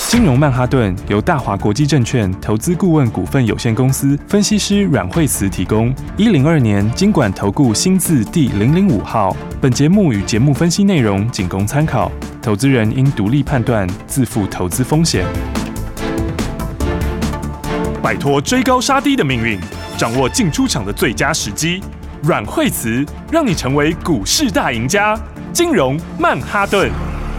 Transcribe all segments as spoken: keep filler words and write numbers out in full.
金融曼哈顿由大华国际证券投资顾问股份有限公司分析师阮惠慈提供。一零二年金管投顾新字第零零五号。本节目与节目分析内容仅供参考，投资人应独立判断，自负投资风险。摆脱追高杀低的命运，掌握进出场的最佳时机。阮惠慈让你成为股市大赢家。金融曼哈顿。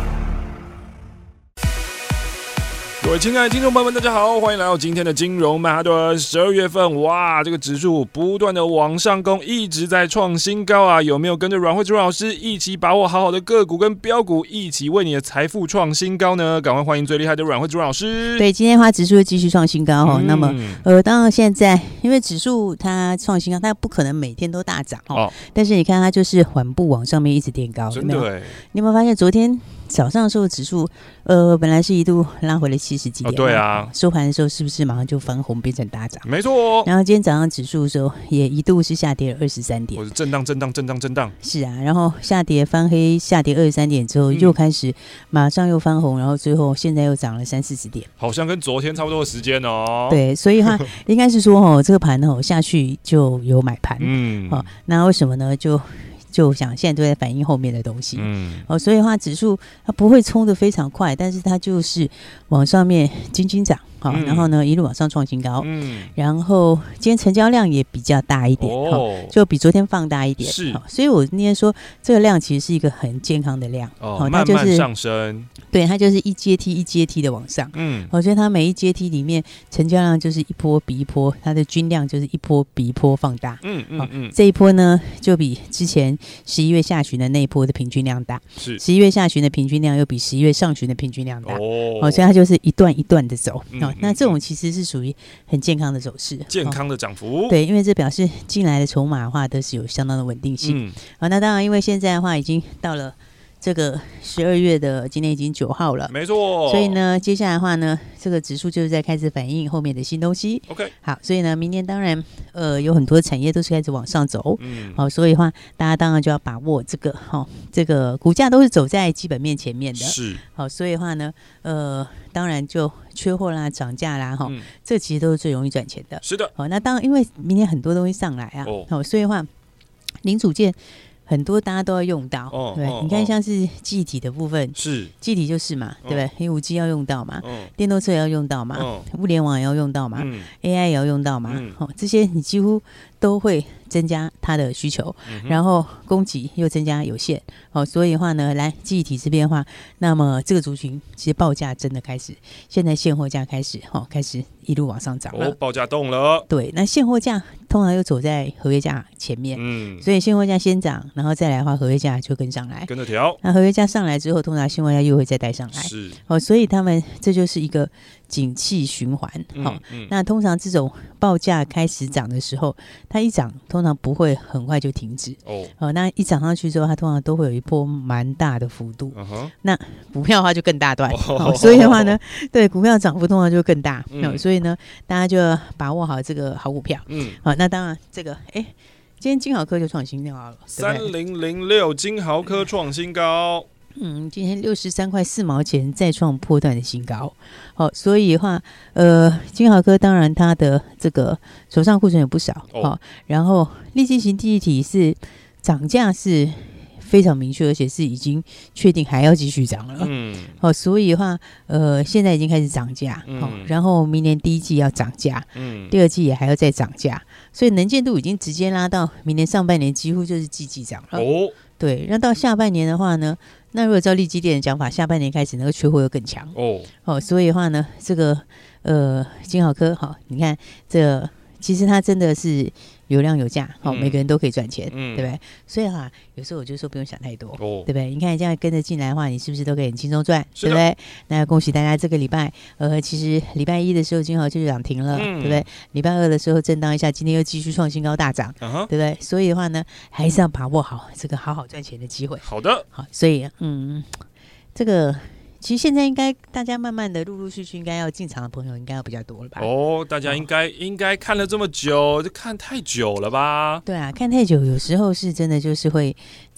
各位亲爱的听众朋友们，大家好，欢迎来到今天的金融曼哈顿。十二月份，哇，这个指数不断的往上攻，一直在创新高啊！有没有跟着阮惠慈老师一起把握好好的个股跟标股，一起为你的财富创新高呢？赶快欢迎最厉害的阮惠慈老师。 对，今天的话指数继续创新高哦。嗯、那么，呃，当然现在因为指数它创新高，它不可能每天都大涨哦。哦但是你看它就是缓步往上面一直垫高， 真的有没有？ 你有没有发现昨天早上的时候指数，呃，本来是一度拉回了七十几点、哦， 对啊， 收盘的时候是不是马上就翻红变成大涨？ 没错。 然后今天早上指数的时候也一度是下跌了二十三点， 或是震荡、震荡、震荡、震荡。 是啊，然后下跌翻黑，下跌二十三点之后、嗯、又开始马上又翻红，然后最后现在又涨了三四十点， 好像跟昨天差不多的时间哦。 对，所以它应该是说哦，这个盘哦下去就有买盘，嗯，哦，那为什么呢？就就想现在都在反映后面的东西，嗯，哦，所以的话指数它不会冲得非常快，但是它就是往上面轻轻涨，好、嗯，然后呢一路往上创新高，嗯，然后今天成交量也比较大一点，哦，就比昨天放大一点，是，所以我那天说这个量其实是一个很健康的量， 哦，哦它就是、慢慢上升， 对，它就是一阶梯一阶梯的往上，嗯，我觉得它每一阶梯里面成交量就是一波比一波，它的均量就是一波比一波放大，嗯嗯嗯，这一波呢就比之前十一月下旬的那一波的平均量大，是十一月下旬的平均量又比十一月上旬的平均量大，哦，哦所以它就是一段一段的走，嗯哦、那这种其实是属于很健康的走势， 健康的涨幅、哦， 对，因为这表示进来的筹码的话都是有相当的稳定性，嗯，好，那当然因为现在的话已经到了这个十二月的今天已经九号了， 没错。 所以呢，接下来的话呢，这个指数就是在开始反映后面的新东西。 OK， 好，所以呢，明年当然呃有很多产业都是开始往上走，嗯，好，所以的话大家当然就要把握这个哈、哦，这个股价都是走在基本面前面的， 是， 好，所以的话呢，呃，当然就缺货啦、涨价啦，哈、嗯，这其实都是最容易赚钱的。 是的， 好，那当然因为明年很多东西上来啊，哦，好，所以的话零组件。很多大家都要用到，哦、对、哦，你看像是记忆体的部分，是记忆体就是嘛，哦、对不对？因为五 G 要用到嘛，哦、电动车也要用到嘛，哦、物联网也要用到嘛、嗯、，A I 也要用到嘛，嗯哦、这些你几乎都会增加它的需求，嗯、然后供给又增加有限，哦，所以的话呢，来记忆体这边的话，那么这个族群其实报价真的开始，现在现货价开始，哦，开始一路往上涨了， 哦，报价动了， 对，那现货价通常又走在合约价前面，嗯，所以现货价先涨。然后再来的话，合约价就跟上来， 跟着调。 那合约价上来之后，通常现货价又会再带上来，是哦，所以他们这就是一个景气循环。好、嗯嗯，那通常这种报价开始涨的时候，它一涨通常不会很快就停止哦。哦，那一涨上去之后，它通常都会有一波蛮大的幅度。Uh-huh、那股票的话就更大段，哦哦、所以的话呢，对股票涨幅通常就更大。嗯哦、所以呢，大家就要把握好这个好股票。嗯，好、哦，那当然这个哎。今天金豪科就创新高了， 三零零六金豪科创新高。 嗯，今天六十三块四毛钱再创波段的新高。好、哦，所以的话，呃，金豪科当然它的这个手上库存有不少，好、哦哦，然后立基型记忆体是涨价是非常明确，而且是已经确定还要继续涨了。嗯，好、哦，所以的话，呃，现在已经开始涨价，嗯、哦，然后明年第一季要涨价，嗯，第二季也还要再涨价，所以能见度已经直接拉到明年上半年几乎就是季季涨了。哦，对，那到下半年的话呢，那如果照立基电的讲法，下半年开始那个缺货又更强。哦，哦，所以的话呢，这个呃金豪科，好、哦，你看这个、其实它真的是。有量有价，好、哦嗯，每个人都可以赚钱、嗯，对不对？所以哈、啊，有时候我就说不用想太多，哦、对不对？你看这样跟着进来的话，你是不是都可以很轻松赚，对不对？那恭喜大家这个礼拜，呃，其实礼拜一的时候金豪就涨停了、嗯，对不对？礼拜二的时候震荡一下，今天又继续创新高大涨，uh-huh、对不对？所以的话呢，还是要把握好这个好好赚钱的机会。 好的， 好，所以嗯，这个。其实现在应该大家慢慢的陆陆续续应该要进场的朋友应该要比较多了吧？ 哦，大家应该、哦、应该看了这么久，就看太久了吧？ 对啊，看太久有时候是真的就是会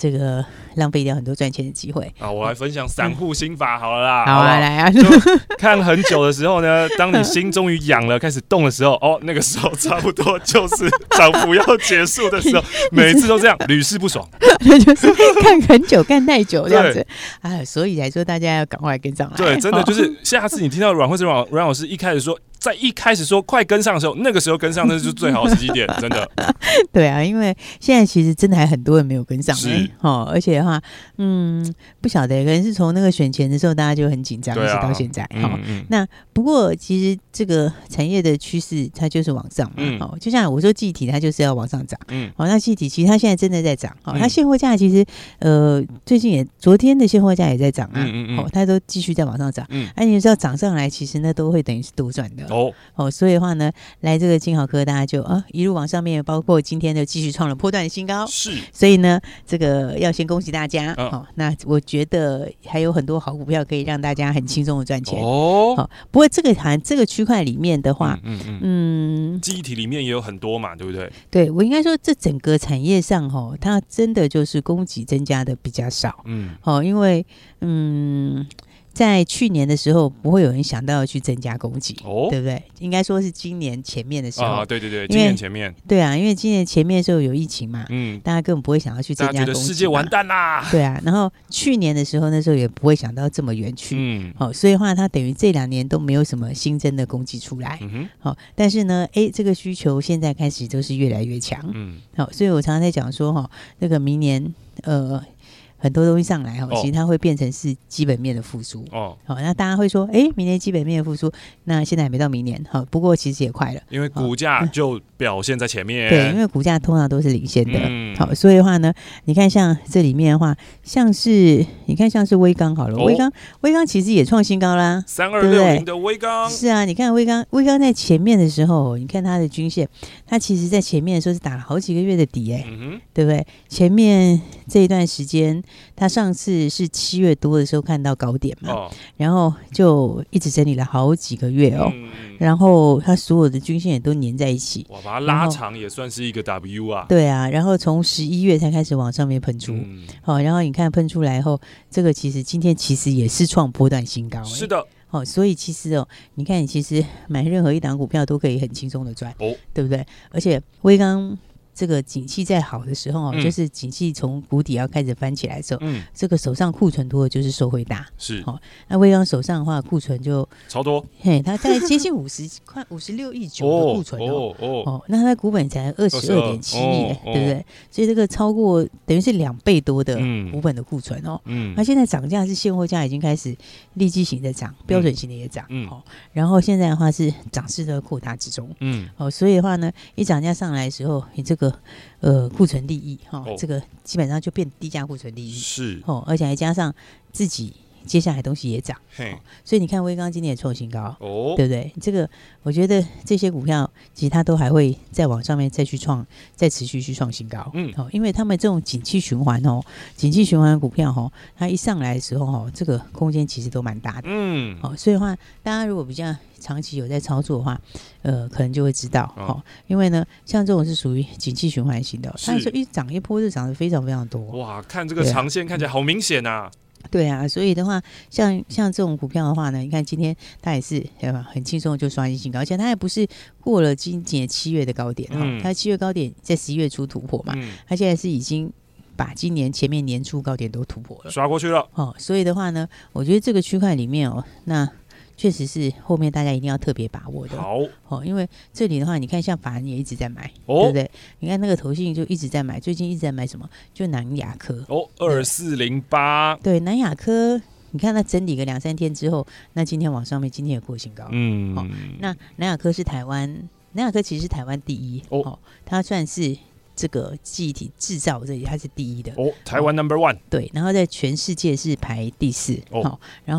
这个浪费掉很多赚钱的机会啊！我来分享散户心法好了啦， 好啊，好来啊！ 就看很久的时候呢，当你心终于痒了，开始动的时候，哦，那个时候差不多就是涨幅要结束的时候，每次都这样，屡试不爽。 就是看很久，看太久这样子啊，所以来说大家要赶快跟上来。 对，真的就是下次你听到阮慧芝阮阮老师一开始说。在一开始说快跟上的时候，那个时候跟上那就是最好的时机点，真的。 对啊，因为现在其实真的还很多人没有跟上、欸， 是哦，而且的话，嗯，不晓得，可能是从那个选前的时候大家就很紧张，一直到现在，哈、嗯嗯。那不过其实这个产业的趋势它就是往上嘛，嗯、哦，就像我说记忆体它就是要往上涨，嗯，好、哦，那记忆体其实它现在真的在涨，哦，它现货价其实呃最近也昨天的现货价也在涨啊，嗯嗯嗯哦，它都继续在往上涨，嗯，哎、啊，你知道涨上来，其实那都会等于是多赚的。哦哦，所以的话呢，来这个金豪科，大家就啊一路往上面，包括今天就继续创了波段的新高， 是。 所以呢，这个要先恭喜大家。嗯、哦，那我觉得还有很多好股票可以让大家很轻松的赚钱。哦，好、哦，不过这个好像这个区块里面的话，嗯嗯嗯， 记忆体里面也有很多嘛，对不对？ 对，我应该说这整个产业上哈，它真的就是供给增加的比较少。嗯，哦，因为嗯。在去年的时候，不会有人想到要去增加供给，哦，对不对？应该说是今年前面的时候， 啊，对对对，今年前面， 对啊，因为今年前面的时候有疫情嘛，嗯，大家根本不会想要去增加供给， 大家觉得世界完蛋啦， 对啊。然后去年的时候，那时候也不会想到这么远去，嗯，好、哦，所以的话，它等于这两年都没有什么新增的供给出来，嗯哼，好、哦，但是呢，哎，这个需求现在开始都是越来越强，嗯，好、哦，所以我常常在讲说，哈、哦，那个明年，呃。很多东西上来哈，其实它会变成是基本面的复苏哦。好，那大家会说，哎，明年基本面的复苏，那现在还没到明年哈。不过其实也快了， 因为股价就表现在前面。 对，因为股价通常都是领先的。嗯、好，所以的话呢，你看像这里面的话，像是你看像是威刚好了，威刚威刚其实也创新高啦， 三二六零的威刚。 是啊，你看威刚威刚在前面的时候，你看它的均线，它其实在前面的时候是打了好几个月的底哎、欸嗯，对不对？前面这一段时间。他上次是七月多的时候看到高点嘛、哦，然后就一直整理了好几个月哦，嗯、然后他所有的均线也都粘在一起， 哇，把它拉长也算是一个 W 啊。 对啊，然后从十一月才开始往上面喷出，嗯、好，然后你看喷出来后，这个其实今天其实也是创波段新高、欸， 是的。 哦，所以其实哦，你看，你其实买任何一档股票都可以很轻松的赚，哦，对不对？而且威刚。这个景气在好的时候、哦嗯、就是景气从谷底要开始翻起来的时候，嗯，这个手上库存多的就是受惠大， 是哦。那威刚手上的话，库存就超多， 嘿，它大概接近五十快五十六亿九的库存哦，哦哦，哦，那它股本才二十二点七亿，对不对？所以这个超过等于是两倍多的股本的库存哦，嗯，那现在涨价是现货价已经开始立即型的涨，标准型的也涨，嗯，哦，然后现在的话是涨势的扩大之中，嗯，哦，所以的话呢，一涨价上来的时候，你这个个呃库存利益哈、哦哦，这个基本上就变低价库存利益是哦，而且还加上自己接下来东西也涨、哦，所以你看威刚今天也创新高哦，对不对？这个我觉得这些股票其实它都还会再往上面再去创，再持续去创新高，嗯，哦，因为他们这种景气循环哦，景气循环的股票哦，它一上来的时候哦，这个空间其实都蛮大的，嗯，哦，所以的话，大家如果比较长期有在操作的话，呃，可能就会知道，哦，哦因为呢，像这种是属于景气循环型的，它说一涨一波就涨得非常非常多， 哇，看这个长线看起来好明显啊。 对啊，所以的话，像像这种股票的话呢，你看今天它也是很轻松就刷新新高，而且它还不是过了今年七月的高点，嗯、它七月高点在十一月初突破嘛，嗯、它现在是已经把今年前面年初高点都突破了， 刷过去了。 哦，所以的话呢，我觉得这个区块里面哦，那确实是后面大家一定要特别把握的。 好， 哦，因为这里的话，你看像法人也一直在买，哦、对不对？你看那个投信就一直在买，最近一直在买什么？就南亚科哦，二四零八， 对，南亚科。你看它整理个两三天之后，那今天往上面，今天也破新高。嗯，哦，那南亚科是台湾，南亚科其实是台湾第一哦，哦，它算是这个记忆体制造这里它是第一的哦，台湾 number one，哦。 对，然后在全世界是排第四。哦，哦然后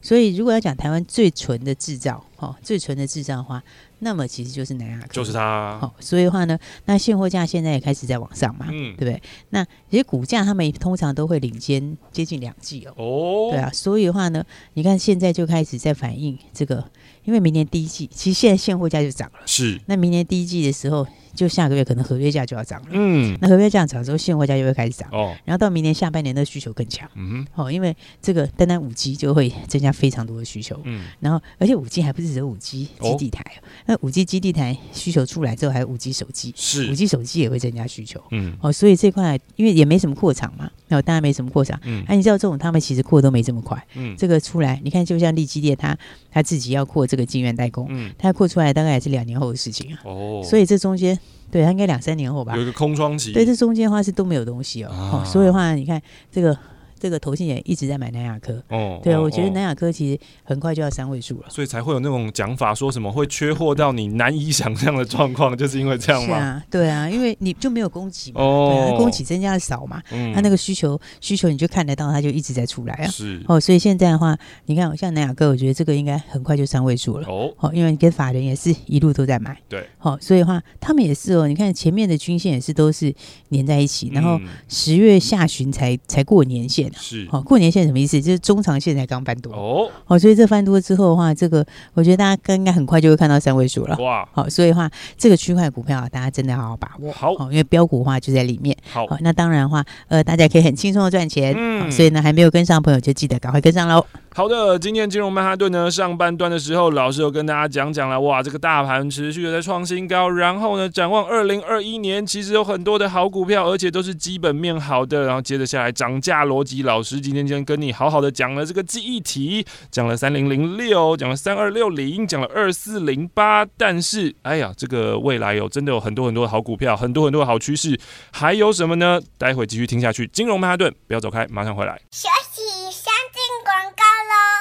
所以如果要讲台湾最纯的制造，哦，最纯的制造的话，那么其实就是南亚科， 就是它。 好、哦，所以的话呢，那现货价现在也开始在往上嘛，嗯，对不对？那其实股价他们通常都会领先接近两季哦。哦，对啊，所以的话呢，你看现在就开始在反映这个，因为明年第一季，其实现在现货价就涨了， 是。 那明年第一季的时候，就下个月可能合约价就要涨了，嗯，那合约价涨之后，现货价就会开始涨，哦，然后到明年下半年的需求更强，嗯哼，哦，因为这个单单五 G 就会增加非常多的需求，嗯，然后而且五 G 还不是只有五 G 基地台，哦，那五 G 基地台需求出来之后，还有五 G 手机，是五 G 手机也会增加需求，嗯，哦，所以这块因为也没什么扩厂嘛，哦，当然没什么扩厂，嗯，哎，啊，你知道这种他们其实扩都没这么快，嗯，这个出来，你看就像力积电，它它自己要扩这个晶圆代工，嗯，它扩出来大概也是两年后的事情啊，哦，所以这中间。对，它应该两三年后吧， 有一个空窗期。 对，这中间的话是都没有东西 哦, 啊哦所以的话，你看这个这个投信也一直在买南亚科。哦，对啊，哦，我觉得南亚科其实很快就要三位数了， 所以才会有那种讲法，说什么会缺货到你难以想象的状况，就是因为这样吗？ 是啊，对啊，因为你就没有供给嘛，哦，对啊，供给增加的少嘛，嗯，它那个需求需求你就看得到，它就一直在出来啊。是哦，所以现在的话，你看像南亚科，我觉得这个应该很快就三位数了。哦，哦，因为跟法人也是一路都在买，对，好，哦，所以的话他们也是哦，你看前面的均线也是都是连在一起，然后十月下旬才才过年线，啊，是，哦，过年线什么意思？就是中长线才刚翻多哦，哦，所以这翻多之后的话，这个我觉得大家应该很快就会看到三位数了。哇，好，所以的话，这个区块股票大家真的好好把握。好，因为标股的话就在里面。好，那当然的话，呃，大家可以很轻松的赚钱。嗯，所以呢，还没有跟上的朋友就记得赶快跟上喽。 好的，今天金融曼哈顿呢，上半段的时候，老师有跟大家讲讲了，哇，这个大盘持续的在创新高，然后呢，展望二零二一年，其实有很多的好股票，而且都是基本面好的，然后接着下来涨价逻辑，老师今天今天跟你好好的讲了这个记忆体，讲了三零零六，讲了三二六零，讲了二四零八，但是，哎呀，这个未来有真的有很多很多的好股票，很多很多的好趋势，还有什么呢？待会继续听下去，金融曼哈顿，不要走开，马上回来。 休息先进广告。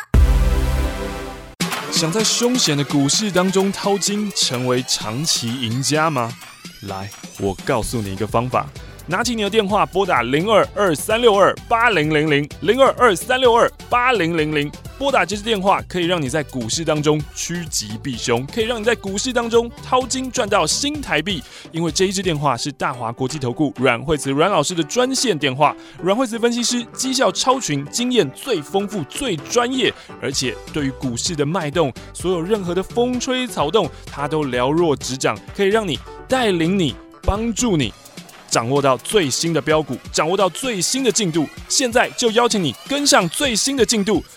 想在凶险的股市当中淘金，成为长期赢家吗？来，我告诉你一个方法。拿起你的电话，拨打零二二三六二八零零零零二二三六二八零零零，拨打这支电话可以让你在股市当中趋吉避凶，可以让你在股市当中淘金赚到新台币。因为这一支电话是大华国际投顾阮惠慈阮老师的专线电话，阮惠慈分析师绩效超群，经验最丰富、最专业，而且对于股市的脉动，所有任何的风吹草动，他都了若指掌，可以让你带领你、帮助你。掌握到最新的标股，掌握到最新的进度，现在就邀请你跟上最新的进度。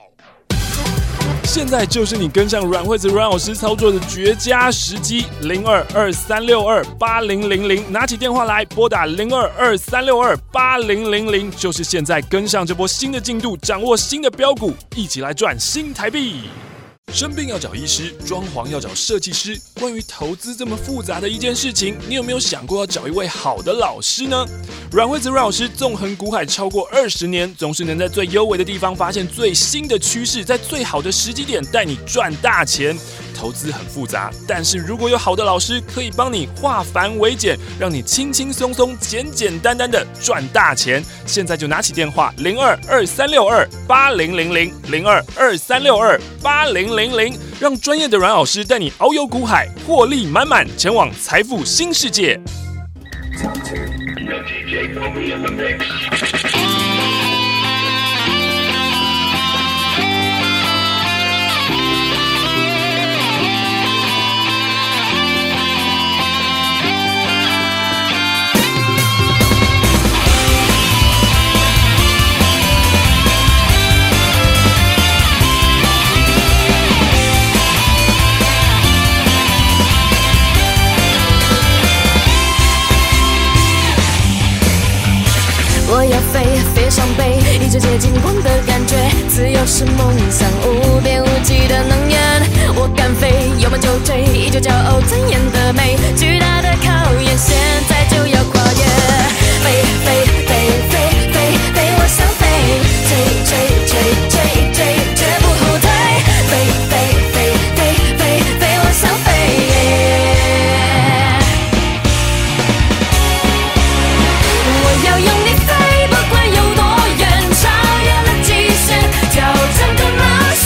现在就是你跟上阮惠慈阮老师操作的绝佳时机，零二二三六二八零零零，拿起电话来拨打零二二三六二八零零零，就是现在跟上这波新的进度，掌握新的标股，一起来赚新台币。生病要找医师，装潢要找设计师。关于投资这么复杂的一件事情，你有没有想过要找一位好的老师呢？阮惠慈阮老师纵横股海超过二十年，总是能在最优微的地方发现最新的趋势，在最好的时机点带你赚大钱。投资很复杂，但是如果有好的老师，可以帮你化繁为简，让你轻轻松松、简简单单的赚大钱。现在就拿起电话零二二三六二八零零零零二二三六二八零零零，让专业的阮老师带你遨游股海，获利满满，前往财富新世界。 我要飞，飞上北，一直接近光的感觉，自由是梦想，无边无际的能源。我敢飞，有梦就追，依旧骄傲尊严的美，巨大的考验，现在就要跨越。飞飞飞飞飞飞，我想飞，追追追追追，绝不后退。飞飞飞飞飞飞，我想飞。我要用力飞。不管有多远，超越了极限，挑战的冒险。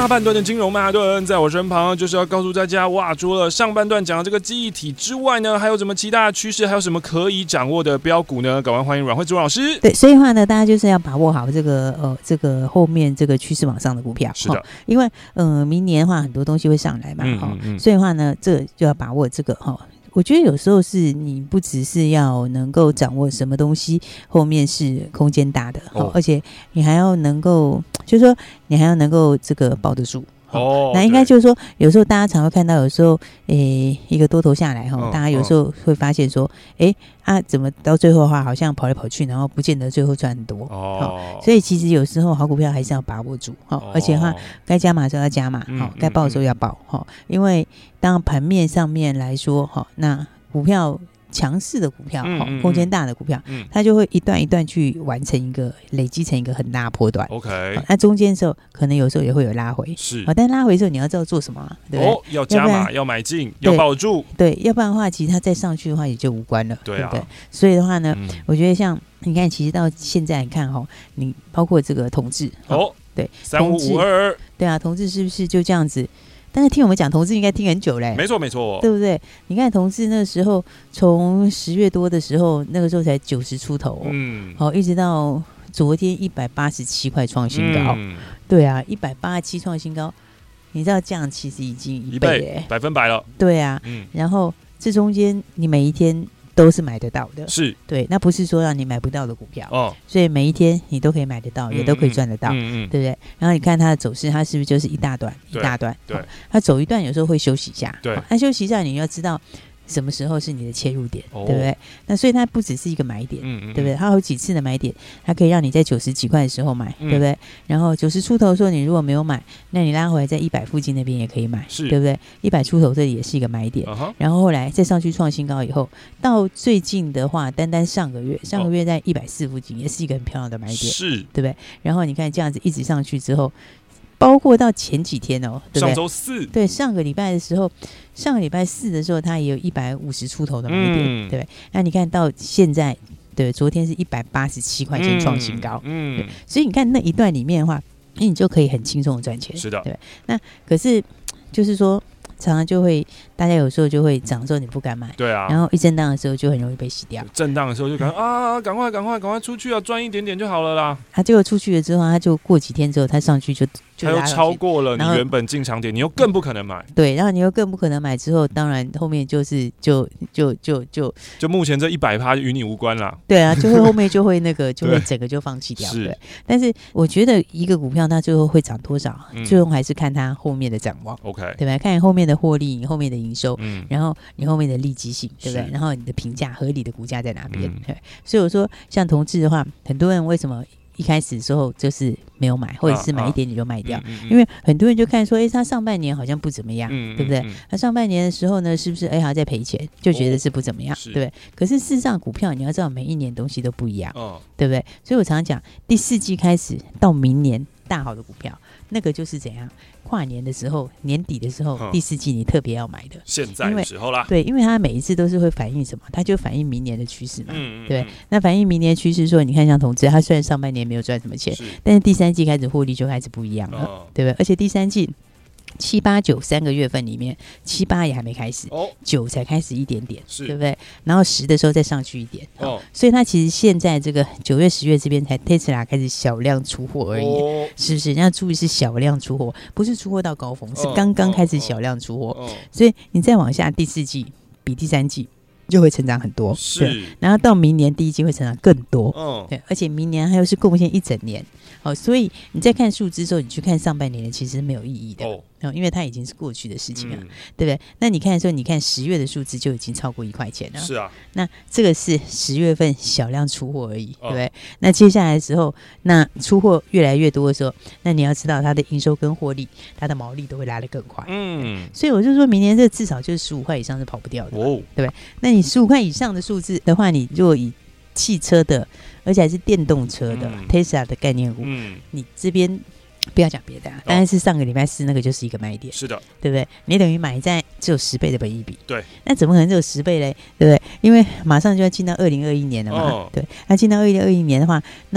半段的金融曼哈顿，在我身旁就是要告诉大家，哇，除了上半段讲的这个记忆体之外呢，还有什么其他的趋势，还有什么可以掌握的标股呢？赶快欢迎阮慧珠老师。 对，所以的话呢，大家就是要把握好这个呃这个后面这个趋势往上的股票。 是的， 哦、因为呃明年的话很多东西会上来嘛，哈、嗯嗯嗯，所以的话呢，这就要把握这个哈。哦我觉得有时候是你不只是要能够掌握什么东西后面是空间大的，哦，而且你还要能够，就是说你还要能够这个抱得住。哦，那应该就是说，有时候大家常会看到，有时候诶、欸、一个多头下来哈、哦，大家有时候会发现说，哎、欸、啊，怎么到最后的话，好像跑来跑去，然后不见得最后赚很多。哦，所以其实有时候好股票还是要把握住，哦，而且的话该加码的时候要加码，好、哦，该报的时候要报，哈、哦，因为当盘面上面来说，哈、哦，那股票。强势的股票，嗯嗯嗯空间大的股票、嗯，它就会一段一段去完成一个累积成一个很大的波段。OK， 那中间的时候可能有时候也会有拉回，是，但拉回的时候你要知道做什么、啊，对不对？哦， 要加码，要买进，要抱住， 对，要不然的话，其实它再上去的话也就无关了，对啊。对不对？所以的话呢、嗯，我觉得像你看，其实到现在你看哈，你包括这个同志，哦，对， 三五五二二， 对啊，同志是不是就这样子？但是听我们讲同志应该听很久嘞， 没错没错， 对不对？你看同志那时候从十月多的时候，那个时候才九十出头、哦，嗯，好、哦，一直到昨天一百八十七块创新高、嗯，对啊，一百八十七创新高，你知道这样其实已经一倍耶， 百分百了， 对啊，嗯，然后这中间你每一天都是买得到的，是对，那不是说让你买不到的股票哦，所以每一天你都可以买得到，嗯、也都可以赚得到，嗯嗯，对不对？然后你看它的走势，它是不是就是一大段一大段？对，哦、它走一段有时候会休息一下，对，那、哦、休息一下你要知道。什么时候是你的切入点、哦，对不对？那所以它不只是一个买点，嗯嗯对不对？它有几次的买点，它可以让你在九十几块的时候买、嗯，对不对？然后九十出头的时候，你如果没有买，那你拉回来在一百附近那边也可以买，对不对？一百出头这里也是一个买点、uh-huh 然后后来再上去创新高以后，到最近的话，单单上个月，上个月在一百四附近也是一个很漂亮的买点，是，对不对？然后你看这样子一直上去之后。包括到前几天哦，对不对？ 上周四， 对，上个礼拜的时候，上个礼拜四的时候，它也有一百五十出头的买点，嗯、对不对？那你看到现在，对，昨天是一百八十七块钱创新高，嗯，所以你看那一段里面的话，你就可以很轻松的赚钱，是的，对。那可是就是说。常常就会，大家有时候就会涨的时候你不敢买，对啊，然后一震荡的时候就很容易被洗掉。 震荡的时候就赶、嗯、啊，赶快赶快赶快出去啊，赚一点点就好了啦。 他、啊、结果出去了之后，他就过几天之后，他上去就就他又超过了你原本进场点，你又更不可能买。 对，然后你又更不可能买之后，当然后面就是就就就就就目前这一百趴与你无关啦。 对啊，就会后面就会那个就会整个就放弃掉。对，但是我觉得一个股票它最后会涨多少，嗯、最后还是看它后面的展望。OK， 对吧？看你后面的获利，你后面的营收，嗯，然后你后面的利基性，对不对？然后你的评价合理的股价在哪边？嗯、对，所以我说像同志的话，很多人为什么一开始的时候就是没有买，或者是买一点点就卖掉，啊啊、因为很多人就看说，哎、欸，他上半年好像不怎么样，嗯、对不对？他、嗯、上半年的时候呢，是不是哎还在赔钱，就觉得是不怎么样，哦、对不对？可是事实上，股票你要知道，每一年东西都不一样，哦、对不对？所以我常常讲，第四季开始到明年大好的股票，那个就是怎样？跨年的时候，年底的时候，嗯、第四季你特别要买的， 现在的时候啦。 对，因为它每一次都是会反映什么？它就反映明年的趋势嘛，嗯嗯嗯对。那反映明年的趋势，说你看像同志，它虽然上半年没有赚什么钱，是但是第三季开始获利就开始不一样了，哦、对不对？而且第三季。七八九三个月份里面，七八也还没开始，哦、九才开始一点点，对不对？然后十的时候再上去一点，哦、所以它其实现在这个九月、十月这边才 Tesla 开始小量出货而已，哦、是不是？人家注意是小量出货，不是出货到高峰，哦、是刚刚开始小量出货，哦、所以你再往下，第四季比第三季。就会成长很多，是，然后到明年第一季会成长更多，嗯，对，而且明年还有是贡献一整年，好、哦，所以你在看数字之后，你去看上半年的其实没有意义的，哦，哦因为它已经是过去的事情了，嗯、对不对？那你看的时候，你看十月的数字就已经超过一块钱了，是啊，那这个是十月份小量出货而已，哦、对不对？那接下来的时候，那出货越来越多的时候，那你要知道它的营收跟获利，它的毛利都会拉得更快，嗯，所以我就说明年这至少就是十五块以上是跑不掉的，哦，对不对？那你你十五块以上的数字的话，你如果以汽车的，而且还是电动车的、嗯、Tesla 的概念股，嗯、你这边不要讲别的、啊，当然是上个礼拜四那个就是一个买点，是的，对不对？你等于买在只有十倍的本益比，对，那怎么可能只有十倍嘞？对不对？因为马上就要进到二零二一年了嘛，哦、对，那进到二零二一年的话，那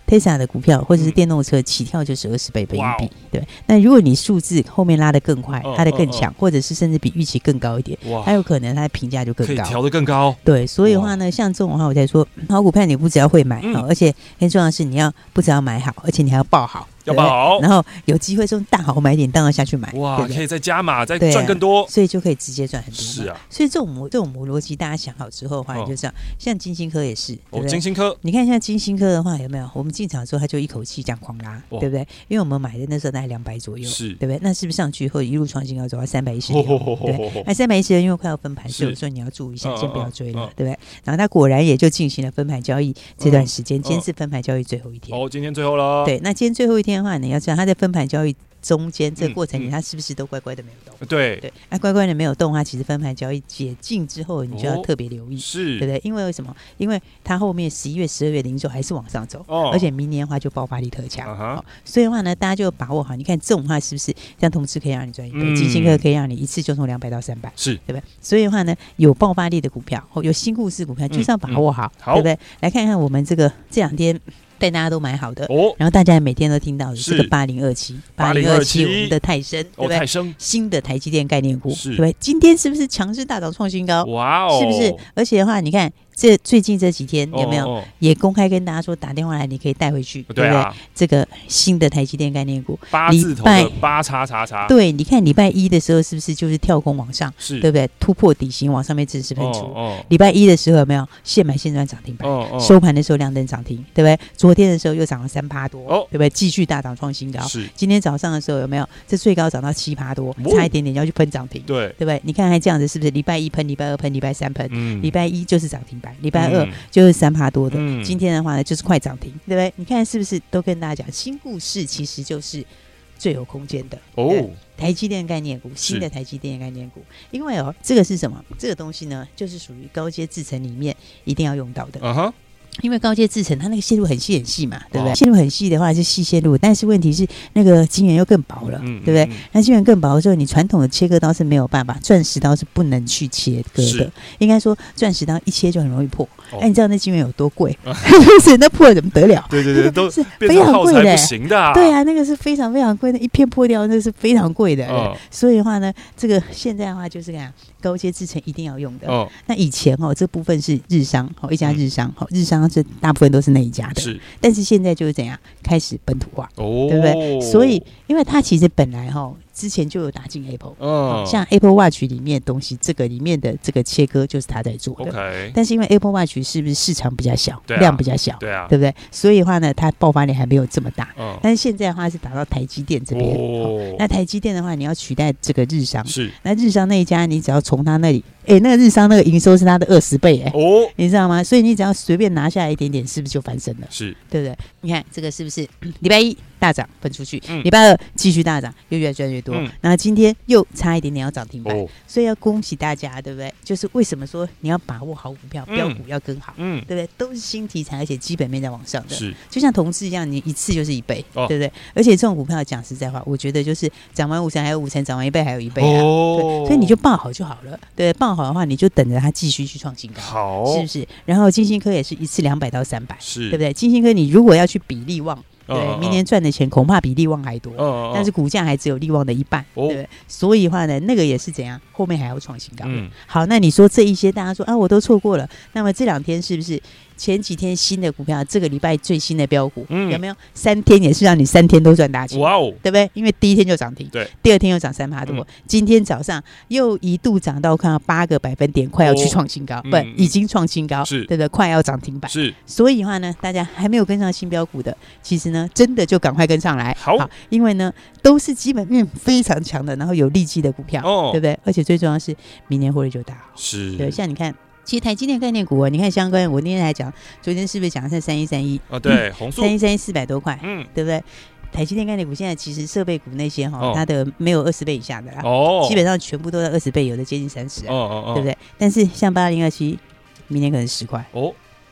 Tesla 的股票或者是电动车起跳就是二十倍本益比，对。那如果你数字后面拉得更快，它的更强，或者是甚至比预期更高一点，还有可能它的评价就更高，可以调得更高。 对，所以的话呢，像这种的话，我才说好股票你不只要会买，嗯、而且更重要的是你要不只要买好，而且你还要抱好。 要抱好， 然后有机会这种大好买点，当然下去买， 哇， 对对可以再加码，再赚更多， 啊，所以就可以直接赚很多。 是啊， 所以这种模这种模逻辑，大家想好之后的话，哦、你就这样。像金星科也是，对不对？ 哦，金星科， 你看像金星科的话，有没有？我们进场之后，它就一口气这样狂拉，哦、对不对？因为我们买的那时候大概两百左右，是，对不对？那是不是上去以后一路创新高，走到三百一十六？对，那三百一十六因为快要分盘，所以我说你要注意一下，先不要追了，对不对？然后它果然也就进行了分盘交易这段时间，今天是分盘交易最后一天。 哦，今天最后了。 对，那今天最后一天的话，你要知道它在分盘交易中间这个过程里，它是不是都乖乖的没有动？ 对对，那、啊、乖乖的没有动的话，其实分盘交易解禁之后，你就要特别留意，哦、 是， 对不对？因为为什么？因为它后面十一月、十二月零售还是往上走，哦、而且明年的话就爆发力特强，啊哦、所以的话呢，大家就把握好。你看这种话是不是像同时可以让你赚一倍？基金科可以让你一次就从两百到三百，是，对不对？所以的话呢，有爆发力的股票，有新故事股票，就是要把握好，嗯嗯、对不对？来看看我们这个这两天。带大家都买好的，哦、然后大家每天都听到的这个八零二七，八零二七我们的泰升，对不对？ 泰升新的台积电概念股，对不对？今天是不是强势大涨创新高？ 哇哦， 是不是？而且的话，你看这最近这几天有没有、哦、也公开跟大家说，打电话来你可以带回去，对, 对不对？这个新的台积电概念股， 八字头的八叉叉叉， 对，你看礼拜一的时候是不是就是跳空往上，是，对不对？突破底型往上面正式喷出。礼、哦哦、拜一的时候有没有现买现赚涨停板？哦哦、收盘的时候亮灯涨停，对不对？昨天的时候又涨了三趴多，哦、对不对？继续大涨创新高。是，今天早上的时候有没有？这最高涨到七趴多，哦、差一点点要去喷涨停，对，对不对？你看还这样子，是不是？礼拜一喷，礼拜二喷，礼拜三喷，礼、嗯、拜一就是涨停板，礼拜二、嗯。就是三趴多的、嗯，今天的话呢，就是快涨停，对不对？你看是不是都跟大家讲，新故事其实就是最有空间的哦。台积电概念股，新的台积电概念股，因为哦，这个是什么？这个东西呢，就是属于高阶制程里面一定要用到的。嗯哼。因为高阶制程它那个线路很细很细嘛，对不对？哦、线路很细的话是细线路，但是问题是那个晶圆又更薄了，嗯、对不对？嗯、那晶圆更薄的时候，你传统的切割刀是没有办法，钻石刀是不能去切割的。应该说钻石刀一切就很容易破。哎、哦，你知道那晶圆有多贵？是那破了怎么得了？ 对对对，都是非常贵的， 不行的、啊。 对啊，那个是非常非常贵的，一片破掉那是非常贵的。哦、所以的话呢，这个现在的话就是讲高阶制程一定要用的。哦，那以前哦这部分是日商哦一家日商哦、嗯、日商是大部分都是那一家的，是，但是现在就是怎样开始本土化，哦，对不对？所以，因为它其实本来哈、哦、之前就有打进 Apple， 嗯、哦，像 Apple Watch 里面的东西，这个里面的这个切割就是他在做的。Okay、但是因为 Apple Watch 是不是市场比较小，啊、量比较小，对啊，对不对？所以的话呢，它爆发力还没有这么大。嗯、但是现在的话是打到台积电这边，哦，那台积电的话，你要取代这个日商，是，那日商那一家，你只要从他那里。哎、欸，那个日商那个营收是它的二十倍、欸，哎，哦，你知道吗？所以你只要随便拿下来一点点，是不是就翻身了？是，对不对？你看这个是不是礼拜一大涨分出去，礼、嗯、拜二继续大涨，又越赚越多，嗯、然后今天又差一点点要涨停板、哦，所以要恭喜大家，对不对？就是为什么说你要把握好股票，标股要跟好，嗯，对不对？都是新题材，而且基本面在往上的，是，就像同志一样，你一次就是一倍，哦、对不对？而且这种股票讲实在话，我觉得就是涨完五成还有五成，涨完一倍还有一倍啊，哦、对，所以你就抱好就好了，对，抱好的话，你就等着它继续去创新高，好，是不是？然后金星科也是一次两百到三百，是，对不对？金星科你如果要去比力旺，对，哦、明年赚的钱恐怕比力旺还多，哦、但是股价还只有力旺的一半，哦、对不对？所以的话呢，那个也是怎样，后面还要创新高。嗯，好，那你说这一些大家说啊，我都错过了，那么这两天是不是？前几天新的股票，这个礼拜最新的标股、嗯、有没有？三天也是让你三天都赚大钱，哇哦，对不对？因为第一天就涨停，对，第二天又涨三趴多、嗯，今天早上又一度涨到看到八个百分点，快要去创新高，哦、不、嗯，已经创新高，是，对不对？快要涨停板，是。所以的话呢，大家还没有跟上新标股的，其实呢，真的就赶快跟上来，好，好，因为呢，都是基本面非常强的，然后有利基的股票，哦，对不对？而且最重要的是，明年获利就大，是，对，像你看。其实台积电概念股啊，你看相关，我那天还讲，昨天是不是讲的是三一三一？哦，对，红素三一三一四百多块，嗯，对不对？台积电概念股现在其实设备股那些哈、哦，它的没有二十倍以下的啦，哦，基本上全部都在二十倍，有的接近三十，哦哦哦，对不对？但是像八零二七，明年可能十块，哦，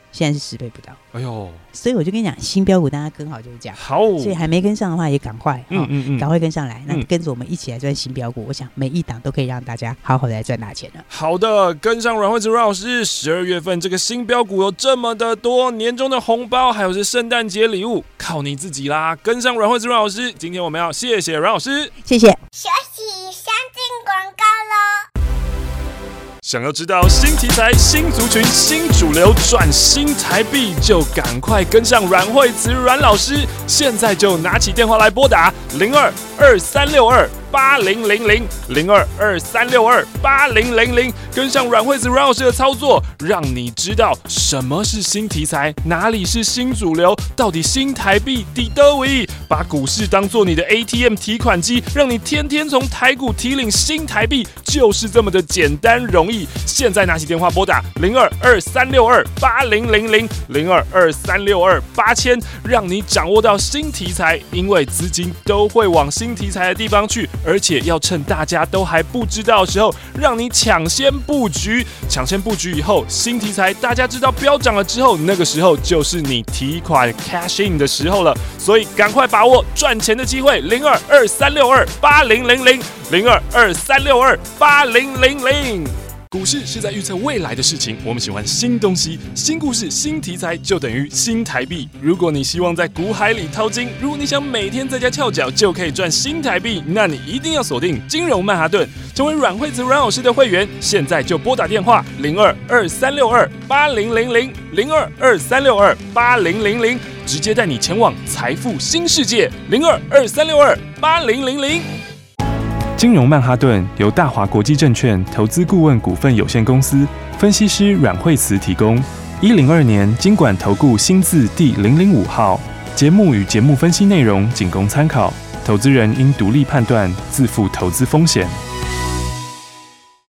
现在是十倍不到。 哎呦， 所以我就跟你讲，新标股大家跟好就是这样。 好， 所以还没跟上的话也赶快， 嗯嗯嗯， 赶快跟上来。那嗯跟着我们一起来赚新标股，我想每一档都可以让大家好好的来赚大钱了。 好的，跟上阮慧慈阮老师，十二月份这个新标股有这么的多，年终的红包还有是圣诞节礼物，靠你自己啦！跟上阮慧慈阮老师，今天我们要谢谢阮老师， 谢谢。 学习先进广告喽。 想要知道新题材、新族群、新主流赚新台币，就赶快跟上阮慧慈阮老师，现在就拿起电话来拨打零二二三六二八零零零零二二三六二八零零零，跟上阮慧慈阮老师的操作，让你知道什么是新题材，哪里是新主流，到底新台币抵得位，把股市当作你的 A T M 提款机，让你天天从台股提领新台币，就是这么的简单容易。现在拿起电话拨打零二二三六二八零零零零二二三六二八千，让你掌握到新题材，因为资金都会往新题材的地方去，而且要趁大家都还不知道的时候，让你抢先布局。抢先布局以后，新题材大家知道飙涨了之后，那个时候就是你提款 cash in 的时候了。所以赶快把握赚钱的机会，零二二三六二八零零零零二二三六二八零零零。股市是在预测未来的事情，我们喜欢新东西、新故事、新题材，就等于新台币。如果你希望在股海里淘金，如果你想每天在家翘脚就可以赚新台币，那你一定要锁定金融曼哈顿，成为阮慧慈阮老师的会员。现在就拨打电话零二二三六二八零零零零二二三六二八零零零，直接带你前往财富新世界。零二二三六二八零零零。金融曼哈顿由大华国际证券投资顾问股份有限公司分析师阮慧慈提供。一零二年金管投顾新字第零零五号。节目与节目分析内容仅供参考，投资人应独立判断，自负投资风险。